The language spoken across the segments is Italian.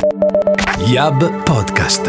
Yab Podcast.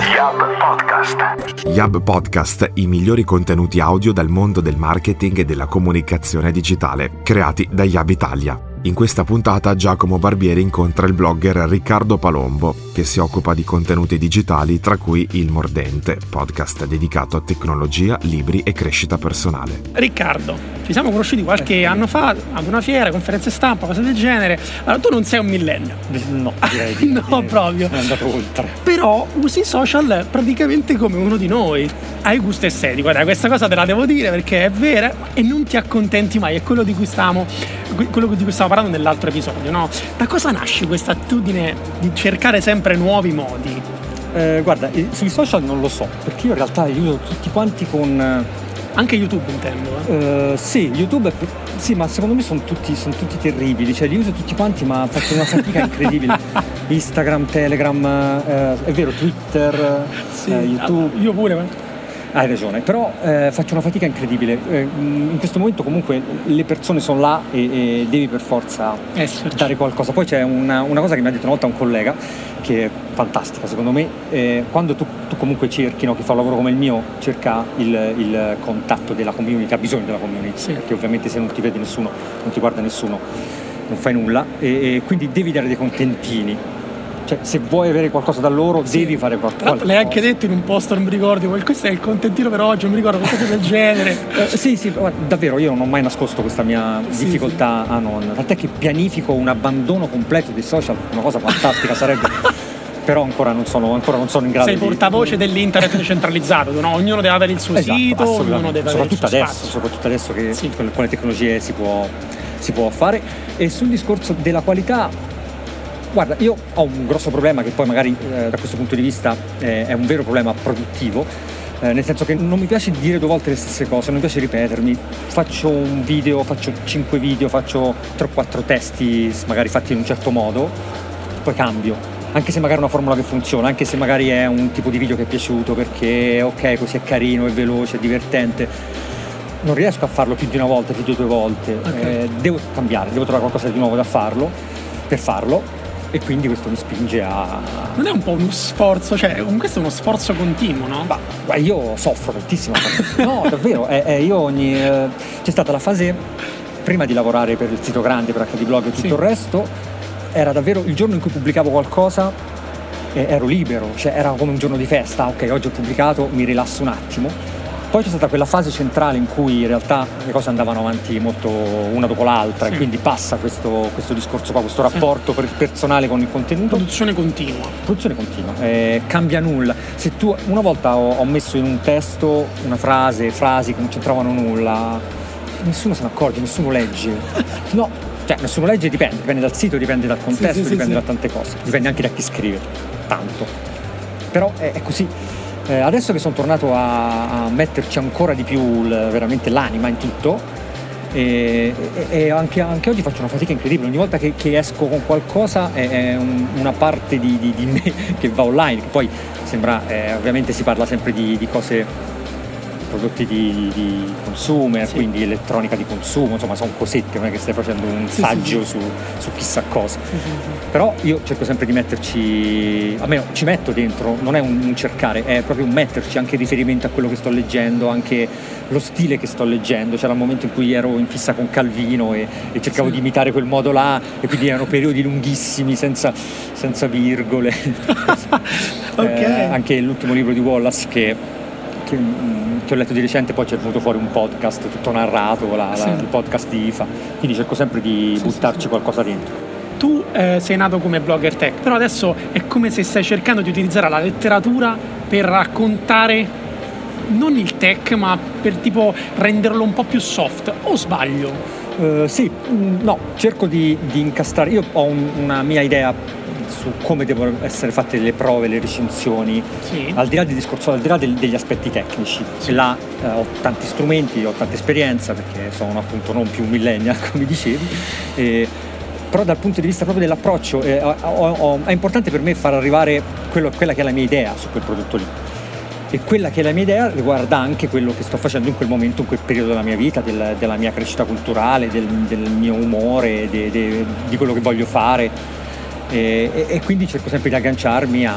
Yab Podcast, i migliori contenuti audio dal mondo del marketing e della comunicazione digitale, creati da Yab Italia. In questa puntata Giacomo Barbieri incontra il blogger Riccardo Palombo, che si occupa di contenuti digitali, tra cui Il Mordente, podcast dedicato a tecnologia, libri e crescita personale. Riccardo, ci siamo conosciuti qualche anno fa ad una fiera, conferenze stampa, cose del genere. Allora, tu non sei un millennial. No, direi di no, proprio. Sono andato oltre. Però usi i social praticamente come uno di noi. Hai gusto estetico. Guarda, questa cosa te la devo dire perché è vera e non ti accontenti mai. È quello di cui stavamo parlando nell'altro episodio, no? Da cosa nasce questa attitudine di cercare sempre nuovi modi? Guarda, sui social non lo so, perché io in realtà li uso tutti quanti con... Anche YouTube intendo. Sì, YouTube sì, ma secondo me sono tutti terribili, cioè li uso tutti quanti ma faccio una fatica incredibile. Instagram, Telegram, è vero, Twitter, Sì, YouTube. Io pure. Hai ragione, però faccio una fatica incredibile. In questo momento comunque le persone sono là e devi per forza dare qualcosa. Poi c'è una cosa che mi ha detto una volta un collega, che è fantastica secondo me. Quando tu comunque cerchi, chi fa un lavoro come il mio, cerca il contatto della community, ha bisogno della community, sì. Perché ovviamente se non ti vede nessuno, non ti guarda nessuno, non fai nulla, e quindi devi dare dei contentini. Cioè, se vuoi avere qualcosa da loro, sì, devi fare qualcosa. L'hai anche detto in un post, non mi ricordi, questo è il contentino per oggi, non mi ricordo, qualcosa del genere. Sì, davvero, io non ho mai nascosto questa mia difficoltà a non. Tant'è che pianifico un abbandono completo dei social, una cosa fantastica sarebbe. Però ancora non sono in grado. Sei portavoce dell'internet decentralizzato, no? Ognuno deve avere il suo sito, ognuno deve avere il suo spazio. Soprattutto adesso che con le tecnologie si può fare. E sul discorso della qualità, guarda, io ho un grosso problema che poi magari da questo punto di vista è un vero problema produttivo, nel senso che non mi piace dire 2 volte le stesse cose, non mi piace ripetermi. Faccio un video, faccio 5 video, faccio 3 o 4 testi magari fatti in un certo modo, poi cambio, anche se magari è una formula che funziona, anche se magari è un tipo di video che è piaciuto perché ok, così è carino, è veloce, è divertente. Non riesco a farlo più di una volta, più di 2 volte. Okay. Devo cambiare, devo trovare qualcosa di nuovo per farlo. E quindi questo mi spinge a... Non è un po' uno sforzo, cioè questo è uno sforzo continuo, no? Ma io soffro tantissimo. No, davvero, c'è stata la fase prima di lavorare per il sito grande, per HD Blog e tutto il resto, era davvero il giorno in cui pubblicavo qualcosa, ero libero, cioè era come un giorno di festa. Ok, oggi ho pubblicato, mi rilasso un attimo. Poi c'è stata quella fase centrale in cui in realtà le cose andavano avanti molto una dopo l'altra, e quindi passa questo discorso qua, questo rapporto personale con il contenuto. Produzione continua. Cambia nulla. Se tu una volta ho messo in un testo una frasi che non c'entravano nulla, nessuno se ne accorge, nessuno legge. No, cioè nessuno legge, dipende dal sito, dipende dal contesto, dipende da tante cose, dipende anche da chi scrive, tanto. Però è così. Adesso che sono tornato a metterci ancora di più veramente l'anima in tutto, e anche oggi faccio una fatica incredibile. Ogni volta che esco con qualcosa è una parte di me che va online, che poi sembra, ovviamente si parla sempre di cose, prodotti di consumer, quindi elettronica di consumo, insomma sono cosette, non è che stai facendo un saggio su chissà cosa. Però io cerco sempre di metterci, almeno ci metto dentro, non è un cercare, è proprio un metterci anche riferimento a quello che sto leggendo, anche lo stile che sto leggendo. C'era un momento in cui ero in fissa con Calvino e cercavo di imitare quel modo là, e quindi erano periodi lunghissimi senza virgole. Anche l'ultimo libro di Wallace che ho letto di recente, poi c'è venuto fuori un podcast tutto narrato, il podcast di IFA, quindi cerco sempre di buttarci qualcosa dentro. Tu sei nato come blogger tech, però adesso è come se stai cercando di utilizzare la letteratura per raccontare non il tech, ma per tipo renderlo un po' più soft, o sbaglio? No, cerco di incastrare. Io ho una mia idea su come devono essere fatte le prove, le recensioni, al di là del discorso, al di là degli aspetti tecnici. Là ho tanti strumenti, ho tanta esperienza, perché sono appunto non più un millennial, come dicevi, però dal punto di vista proprio dell'approccio è importante per me far arrivare quella che è la mia idea su quel prodotto lì. E quella che è la mia idea riguarda anche quello che sto facendo in quel momento, in quel periodo della mia vita, della mia crescita culturale, del mio umore, di quello che voglio fare. e quindi cerco sempre di agganciarmi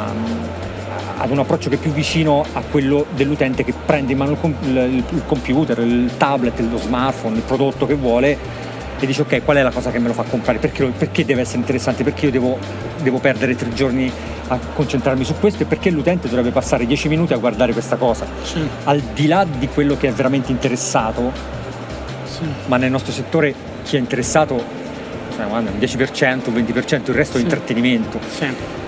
ad un approccio che è più vicino a quello dell'utente che prende in mano il computer, il tablet, lo smartphone, il prodotto che vuole e dice ok, qual è la cosa che me lo fa comprare, perché deve essere interessante, perché io devo perdere 3 giorni a concentrarmi su questo e perché l'utente dovrebbe passare 10 minuti a guardare questa cosa. Sì. Al di là di quello che è veramente interessato, Sì. ma nel nostro settore chi è interessato un 10%, un 20%, il resto è Sì. intrattenimento. Sì.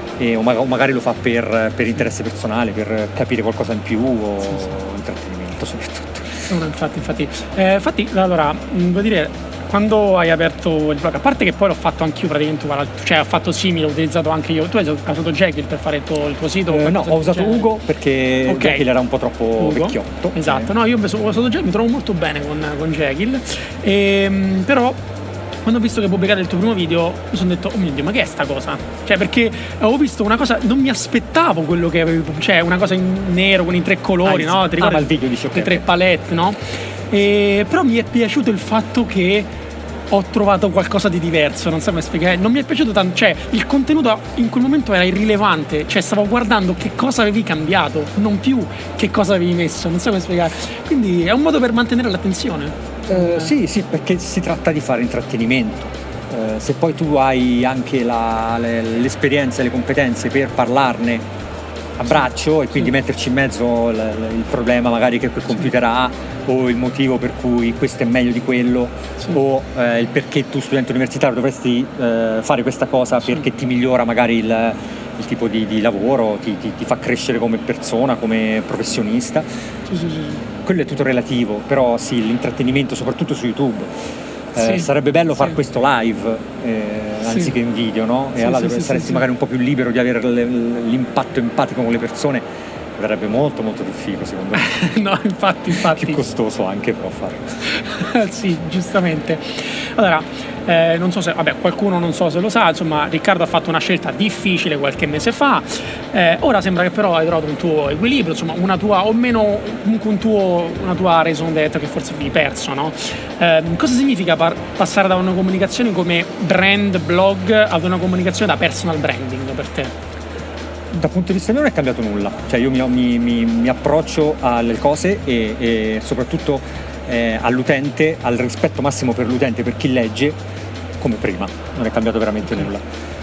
O magari lo fa per interesse personale, per capire qualcosa in più o Sì. intrattenimento soprattutto. No, infatti, allora, devo dire, quando hai aperto il blog, a parte che poi l'ho fatto anch'io praticamente uguale, cioè ho fatto simile, ho utilizzato anche io. Tu hai usato Jekyll per fare il tuo sito? No, ho usato Ugo perché Ok. Jekyll era un po' troppo Ugo. vecchiotto. Esatto, no, io ho usato Jekyll, mi trovo molto bene con Jekyll, però quando ho visto che pubblicato il tuo primo video mi sono detto, oh mio Dio, ma che è sta cosa? Cioè, perché avevo visto una cosa, non mi aspettavo quello che avevi, cioè una cosa in nero con i 3 colori, no? Ti ricordi? Ma il video dice ok. Le 3 palette, no? Però mi è piaciuto il fatto che ho trovato qualcosa di diverso, non so come spiegare, non mi è piaciuto tanto, cioè il contenuto in quel momento era irrilevante, cioè stavo guardando che cosa avevi cambiato, non più che cosa avevi messo, non so come spiegare, quindi è un modo per mantenere l'attenzione. Sì, perché si tratta di fare intrattenimento. Se poi tu hai anche l'esperienza e le competenze per parlarne a braccio e quindi metterci in mezzo il problema magari che quel computer ha o il motivo per cui questo è meglio di quello o il perché tu studente universitario dovresti fare questa cosa perché ti migliora magari il tipo di lavoro, ti fa crescere come persona, come professionista. Sì. Quello è tutto relativo, però sì, l'intrattenimento soprattutto su YouTube. Sarebbe bello fare questo live anziché in video, no? E allora saresti magari un po' più libero di avere l'impatto empatico con le persone. Verrebbe molto molto più figo secondo me. No, infatti. Più costoso anche però farlo. Sì, giustamente. Allora, non so se, qualcuno non so se lo sa, insomma, Riccardo ha fatto una scelta difficile qualche mese fa. Ora sembra che però hai trovato un tuo equilibrio, insomma, una tua, o meno comunque una tua raison d'être che forse avevi perso, no? Cosa significa passare da una comunicazione come brand blog ad una comunicazione da personal branding per te? Dal punto di vista mio non è cambiato nulla, cioè io mi approccio alle cose e soprattutto all'utente, al rispetto massimo per l'utente, per chi legge, come prima, non è cambiato veramente nulla.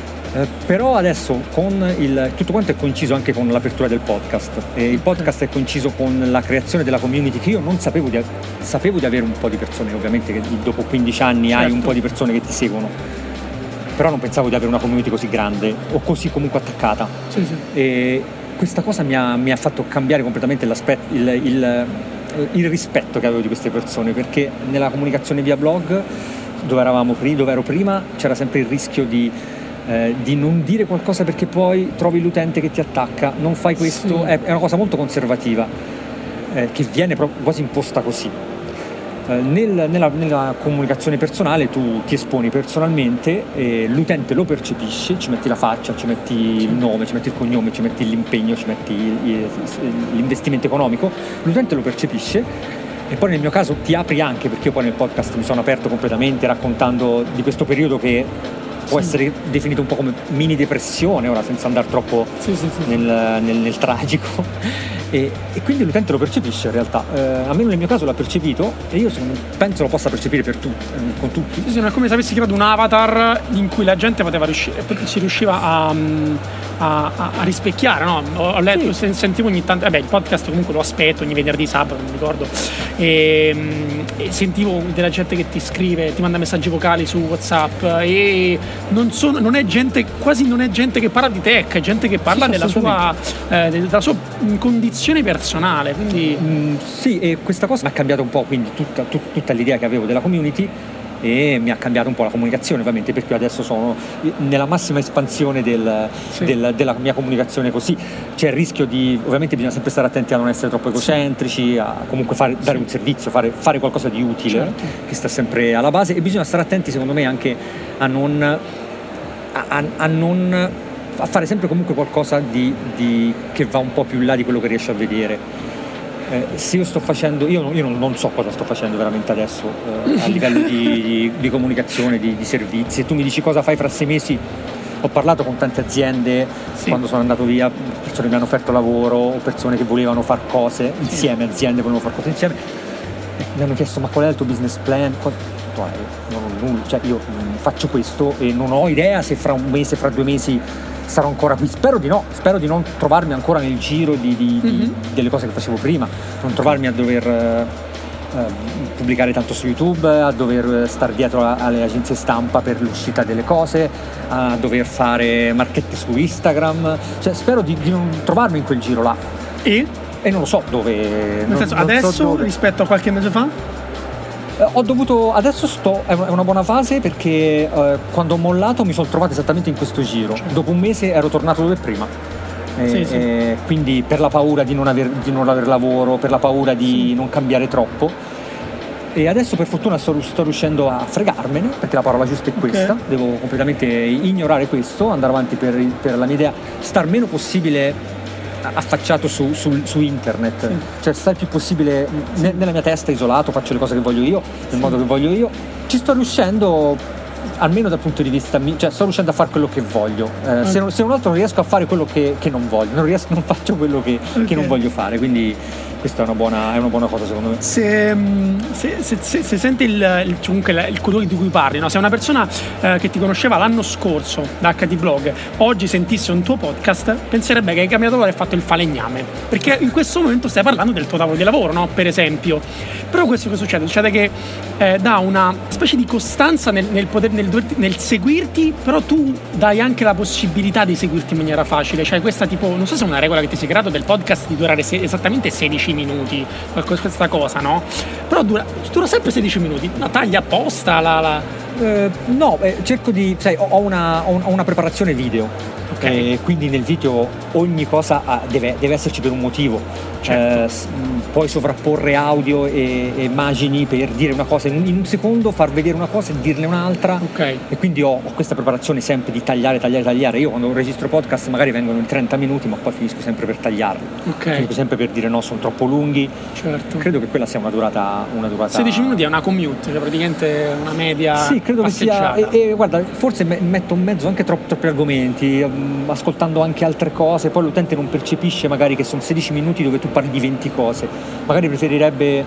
Però adesso tutto quanto è coinciso anche con l'apertura del podcast e il podcast è coinciso con la creazione della community che io non sapevo di avere un po' di persone, ovviamente che dopo 15 anni hai un po' di persone che ti seguono. Però non pensavo di avere una community così grande o così comunque attaccata. Sì. E questa cosa mi ha fatto cambiare completamente il rispetto che avevo di queste persone, perché nella comunicazione via blog dove ero prima c'era sempre il rischio di non dire qualcosa perché poi trovi l'utente che ti attacca, non fai questo, è una cosa molto conservativa che viene proprio quasi imposta così. Nella comunicazione personale tu ti esponi personalmente e l'utente lo percepisce, ci metti la faccia, ci metti il nome, ci metti il cognome, ci metti l'impegno, ci metti l'investimento economico, l'utente lo percepisce e poi nel mio caso ti apri anche, perché io poi nel podcast mi sono aperto completamente raccontando di questo periodo che può essere definito un po' come mini depressione, ora senza andare troppo nel tragico. E quindi l'utente lo percepisce in realtà, almeno nel mio caso l'ha percepito e io penso lo possa percepire con tutti. Sì, è come se avessi creato un avatar in cui la gente si riusciva a rispecchiare, no? Ho letto, sentivo ogni tanto, il podcast comunque lo aspetto ogni venerdì, sabato, non mi ricordo, e sentivo della gente che ti scrive, ti manda messaggi vocali su WhatsApp e non è gente che parla di tech, è gente che parla della sua condizione personale, quindi sì, e questa cosa mi ha cambiato un po', quindi tutta l'idea che avevo della community, e mi ha cambiato un po' la comunicazione, ovviamente, perché adesso sono nella massima espansione della mia comunicazione, così c'è il rischio ovviamente bisogna sempre stare attenti a non essere troppo egocentrici, a comunque dare un servizio, fare qualcosa di utile, che sta sempre alla base, e bisogna stare attenti secondo me anche a fare sempre comunque qualcosa che va un po' più in là di quello che riesci a vedere. Se io sto facendo, io non so cosa sto facendo veramente adesso a livello di comunicazione, di servizi. Se tu mi dici cosa fai fra 6 mesi, Ho parlato con tante aziende quando sono andato via, persone che mi hanno offerto lavoro o persone che volevano fare cose insieme, aziende volevano fare cose insieme. Mi hanno chiesto: ma qual è il tuo business plan? Non ho nulla, cioè io faccio questo e non ho idea se fra un mese, fra 2 mesi sarò ancora qui. Spero di non trovarmi ancora nel giro delle cose che facevo prima, non trovarmi a dover pubblicare tanto su YouTube, a dover stare dietro alle agenzie stampa per l'uscita delle cose, a dover fare marchette su Instagram, cioè spero di non trovarmi in quel giro là e non lo so dove. Nel senso, adesso rispetto a qualche mese fa? Ho dovuto, adesso è una buona fase perché quando ho mollato mi sono trovato esattamente in questo giro. Dopo un mese ero tornato dove prima. Quindi per la paura di non aver lavoro, per la paura di non cambiare troppo. E adesso per fortuna sto riuscendo a fregarmene, perché la parola giusta è questa. Devo completamente ignorare questo, andare avanti per la mia idea, star meno possibile affacciato su internet, cioè stare il più possibile nella mia testa, isolato, faccio le cose che voglio io, nel modo che voglio io. Ci sto riuscendo, almeno dal punto di vista cioè sto riuscendo a fare quello che voglio. Se non altro riesco a fare quello che non voglio, non faccio quello che non voglio fare, quindi questa è una buona cosa secondo me. Se senti il colore di cui parli, no? Se una persona che ti conosceva l'anno scorso da HD Blog oggi sentisse un tuo podcast, penserebbe che hai cambiato lavoro e hai fatto il falegname, perché in questo momento stai parlando del tuo tavolo di lavoro, no? Per esempio. Però questo che succede? Succede che dà una specie di costanza nel seguirti, però tu dai anche la possibilità di seguirti in maniera facile. Cioè questa tipo, non so se è una regola che ti sei creato del podcast di durare esattamente 16 minuti, questa cosa, no? Però dura sempre 16 minuti, la taglia apposta, cerco di, sai, ho una preparazione video. Quindi nel video ogni cosa deve esserci per un motivo. Puoi sovrapporre audio e immagini per dire una cosa in un secondo, far vedere una cosa e dirne un'altra. E quindi ho questa preparazione sempre di tagliare. Io quando registro podcast magari vengono in 30 minuti, ma poi finisco sempre per tagliarli. Finisco sempre per dire no, sono troppo lunghi. Credo che quella sia una durata 16 minuti è una commute, cioè praticamente una media. Sì, credo passeggiata. Che sia. E guarda, forse metto in mezzo anche troppi argomenti, ascoltando anche altre cose, poi l'utente non percepisce magari che sono 16 minuti dove tu parli di 20 cose, magari preferirebbe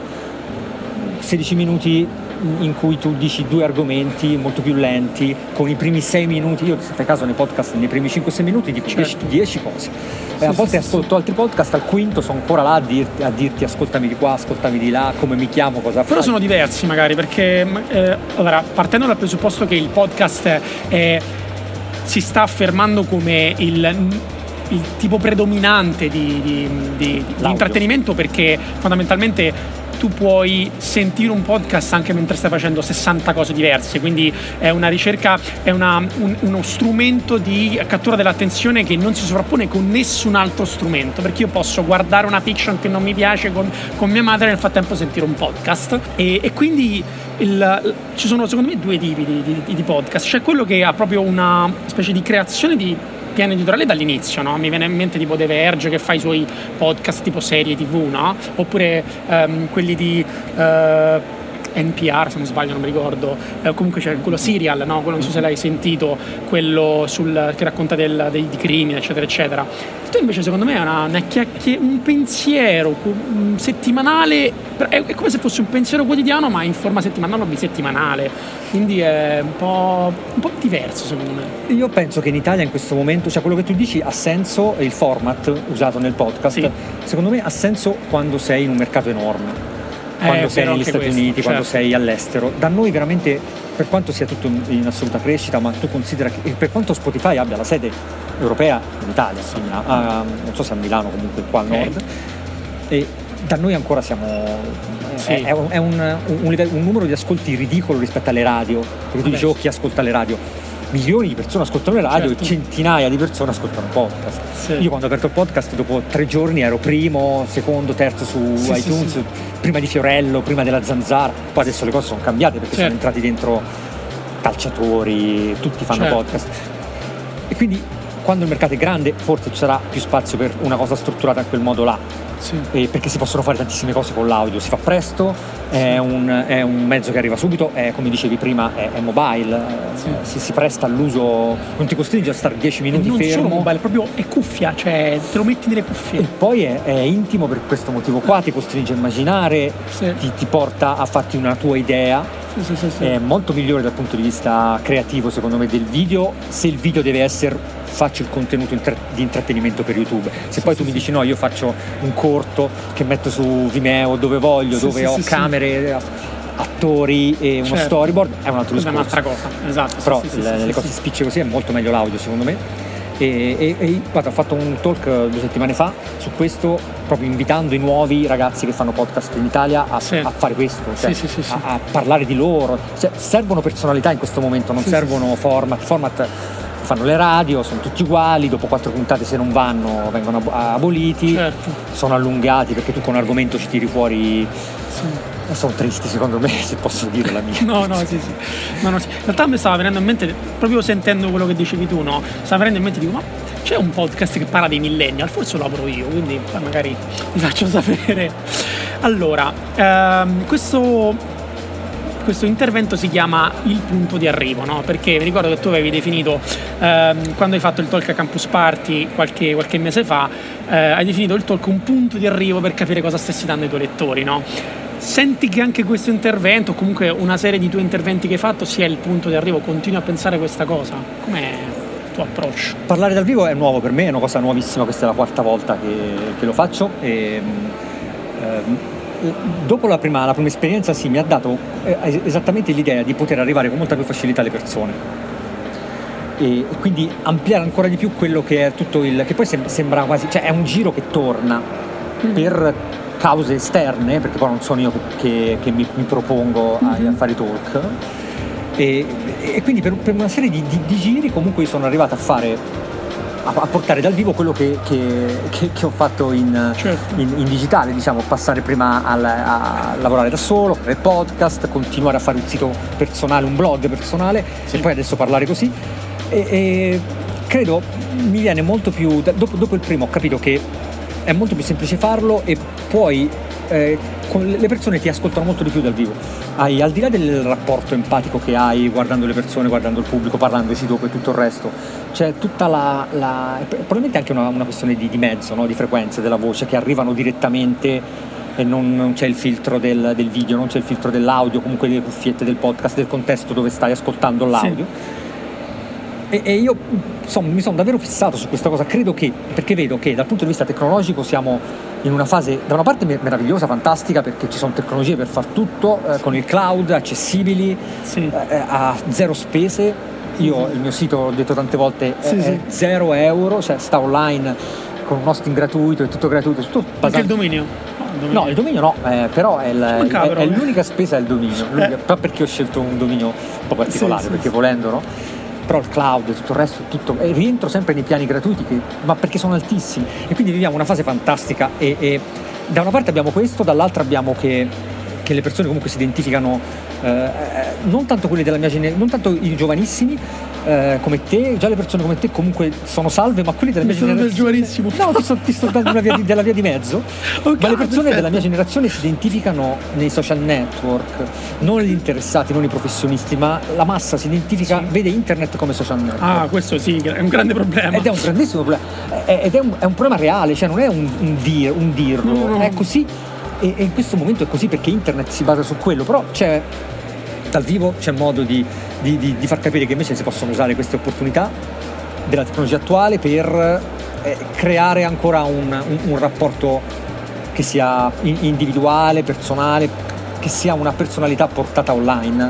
16 minuti in cui tu dici 2 argomenti molto più lenti, con i primi 6 minuti, io se fai caso nei podcast nei primi 5-6 minuti dico 10 cose, a volte ascolto altri podcast, al quinto sono ancora là a dirti ascoltami di qua, ascoltami di là, come mi chiamo, cosa fai. Però sono diversi magari, perché allora, partendo dal presupposto che il podcast si sta affermando come il tipo predominante di intrattenimento, perché fondamentalmente tu puoi sentire un podcast anche mentre stai facendo 60 cose diverse, quindi è una ricerca, è uno strumento di cattura dell'attenzione che non si sovrappone con nessun altro strumento, perché io posso guardare una fiction che non mi piace con mia madre e nel frattempo sentire un podcast e quindi ci sono secondo me 2 tipi di podcast. C'è quello che ha proprio una specie di creazione di piano editoriale dall'inizio, no? Mi viene in mente tipo The Verge che fa i suoi podcast tipo serie TV, no? Oppure quelli di NPR, se non sbaglio, non mi ricordo, comunque c'è quello Serial, no? Quello, non so se l'hai sentito, quello che racconta di crimine, eccetera eccetera. Tu invece secondo me è un pensiero settimanale, è come se fosse un pensiero quotidiano ma in forma settimanale o bisettimanale, quindi è un po' diverso secondo me. Io penso che in Italia in questo momento, cioè quello che tu dici ha senso, il format usato nel podcast, secondo me ha senso quando sei in un mercato enorme, quando sei negli Stati Uniti, quando sei all'estero. Da noi veramente, per quanto sia tutto in assoluta crescita, ma tu considera che per quanto Spotify abbia la sede europea in Italia, non so se a Milano, comunque qua al nord, e da noi ancora siamo è un numero di ascolti ridicolo rispetto alle radio, perché tu dici chi ascolta le radio? Milioni di persone ascoltano le radio e centinaia di persone ascoltano podcast. Io quando ho aperto il podcast dopo 3 giorni ero primo, secondo, terzo su iTunes, prima di Fiorello, prima della Zanzara. Poi adesso le cose sono cambiate perché sono entrati dentro calciatori, tutti fanno podcast. E quindi quando il mercato è grande forse ci sarà più spazio per una cosa strutturata in quel modo là. perché si possono fare tantissime cose con l'audio, si fa presto, è un mezzo che arriva subito, come dicevi prima è mobile, si presta all'uso, non ti costringe a stare 10 minuti non fermo. Non solo mobile, proprio è cuffia, cioè te lo metti nelle cuffie. E poi è intimo per questo motivo qua, ti costringe a immaginare, ti porta a farti una tua idea. È molto migliore dal punto di vista creativo secondo me del video, se il video deve essere faccio il contenuto di intrattenimento per YouTube. Se poi tu mi dici no, io faccio un corto che metto su Vimeo dove voglio, dove ho camere, attori e uno storyboard, è un altro discorso. È un'altra cosa, esatto. Però le cose spicce così è molto meglio l'audio secondo me. E guarda, ho fatto un talk 2 settimane fa su questo, proprio invitando i nuovi ragazzi che fanno podcast in Italia a fare questo, cioè a parlare di loro. Cioè, servono personalità in questo momento, non servono format fanno le radio, sono tutti uguali, dopo 4 puntate se non vanno vengono aboliti, sono allungati perché tu con un argomento ci tiri fuori. Sono tristi secondo me, se posso dire la mia. No, sì. In realtà mi stava venendo in mente, proprio sentendo quello che dicevi tu, no? Stava venendo in mente, dico, ma c'è un podcast che parla dei millennial, forse lo apro io, quindi magari vi faccio sapere. Allora, questo intervento si chiama il punto di arrivo, no? Perché mi ricordo che tu avevi definito, quando hai fatto il talk a Campus Party qualche mese fa, hai definito il talk un punto di arrivo per capire cosa stessi dando ai tuoi lettori, no? Senti che anche questo intervento, o comunque una serie di tuoi interventi che hai fatto, sia il punto di arrivo? Continui a pensare questa cosa? Com'è il tuo approccio? Parlare dal vivo è nuovo per me, è una cosa nuovissima, questa è la 4ª volta che lo faccio. Dopo la prima esperienza mi ha dato esattamente l'idea di poter arrivare con molta più facilità alle persone e quindi ampliare ancora di più quello che è tutto che poi sembra quasi, cioè è un giro che torna per cause esterne, perché poi non sono io che mi propongo a fare i talk e quindi per una serie di giri comunque sono arrivato a portare dal vivo quello che ho fatto in digitale, diciamo, passare prima a lavorare da solo, fare podcast, continuare a fare un sito personale, un blog personale e poi adesso parlare così e credo mi viene molto più dopo il primo ho capito che è molto più semplice farlo e poi le persone ti ascoltano molto di più dal vivo. Al di là del rapporto empatico che hai guardando le persone, guardando il pubblico, parlandosi dopo e tutto il resto, c'è tutta probabilmente anche una questione di mezzo, no? Di frequenze della voce che arrivano direttamente e non c'è il filtro del video, non c'è il filtro dell'audio, comunque delle cuffiette del podcast, del contesto dove stai ascoltando l'audio. E io mi sono davvero fissato su questa cosa, perché vedo che dal punto di vista tecnologico siamo in una fase da una parte meravigliosa, fantastica, perché ci sono tecnologie per far tutto, con il cloud, accessibili, a zero spese. Io il mio sito, l'ho detto tante volte, è 0 euro, cioè sta online con un hosting gratuito, è tutto gratuito, tutto basato. Anche il dominio? No, il dominio no, però è l'unica spesa è il dominio, però perché ho scelto un dominio un po' particolare, perché volendo, no? Però il cloud e tutto il resto, e rientro sempre nei piani gratuiti ma perché sono altissimi e quindi viviamo una fase fantastica e da una parte abbiamo questo, dall'altra abbiamo che le persone comunque si identificano non tanto quelle della mia generazione, non tanto i giovanissimi come te, già le persone come te comunque sono salve, ma quelli della mia generazione no, ti sto dando della via di mezzo ma le persone della mia generazione si identificano nei social network, non gli interessati, non i professionisti, ma la massa si identifica, vede internet come social network. Questo sì, è un grande problema ed è un grandissimo problema ed è un problema reale, cioè non è un dirlo, no. È così e in questo momento è così perché internet si basa su quello, però dal vivo c'è modo di far capire che invece si possono usare queste opportunità della tecnologia attuale per creare ancora un rapporto che sia individuale, personale, che sia una personalità portata online,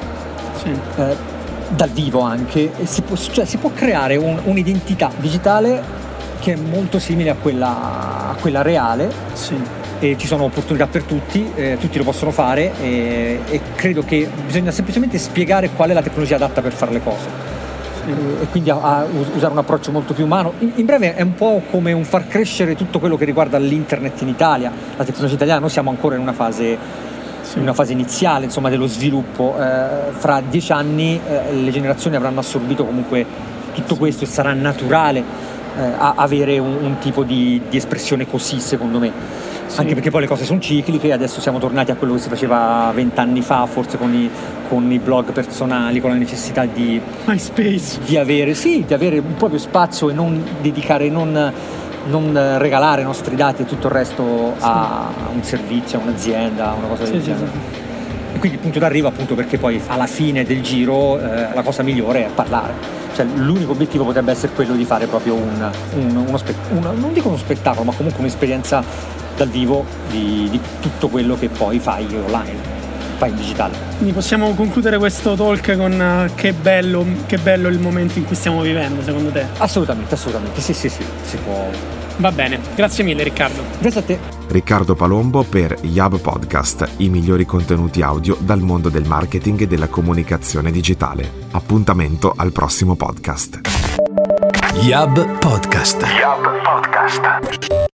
dal vivo anche. Si può creare un'identità digitale che è molto simile a quella reale. E ci sono opportunità per tutti lo possono fare e credo che bisogna semplicemente spiegare qual è la tecnologia adatta per fare le cose e quindi usare un approccio molto più umano. In breve è un po' come un far crescere tutto quello che riguarda l'internet in Italia, la tecnologia italiana. Noi siamo ancora in una fase iniziale, insomma, dello sviluppo. Fra 10 anni le generazioni avranno assorbito comunque tutto questo e sarà naturale avere un tipo di espressione così, secondo me. Sì. Anche perché poi le cose sono cicliche, adesso siamo tornati a quello che si faceva 20 anni fa, forse con i blog personali, con la necessità di MySpace, di avere un proprio spazio e non dedicare, non regalare i nostri dati e tutto il resto a un servizio, a un'azienda, una cosa del genere. Sì. E quindi il punto d'arrivo, appunto, perché poi alla fine del giro la cosa migliore è parlare. Cioè l'unico obiettivo potrebbe essere quello di fare proprio non dico uno spettacolo, ma comunque un'esperienza dal vivo di tutto quello che poi fai online, fai in digitale. Quindi possiamo concludere questo talk con che bello il momento in cui stiamo vivendo, secondo te? Assolutamente, sì, si può. Va bene, grazie mille Riccardo. Grazie a te. Riccardo Palombo per Yab Podcast, i migliori contenuti audio dal mondo del marketing e della comunicazione digitale. Appuntamento al prossimo podcast. Yab Podcast.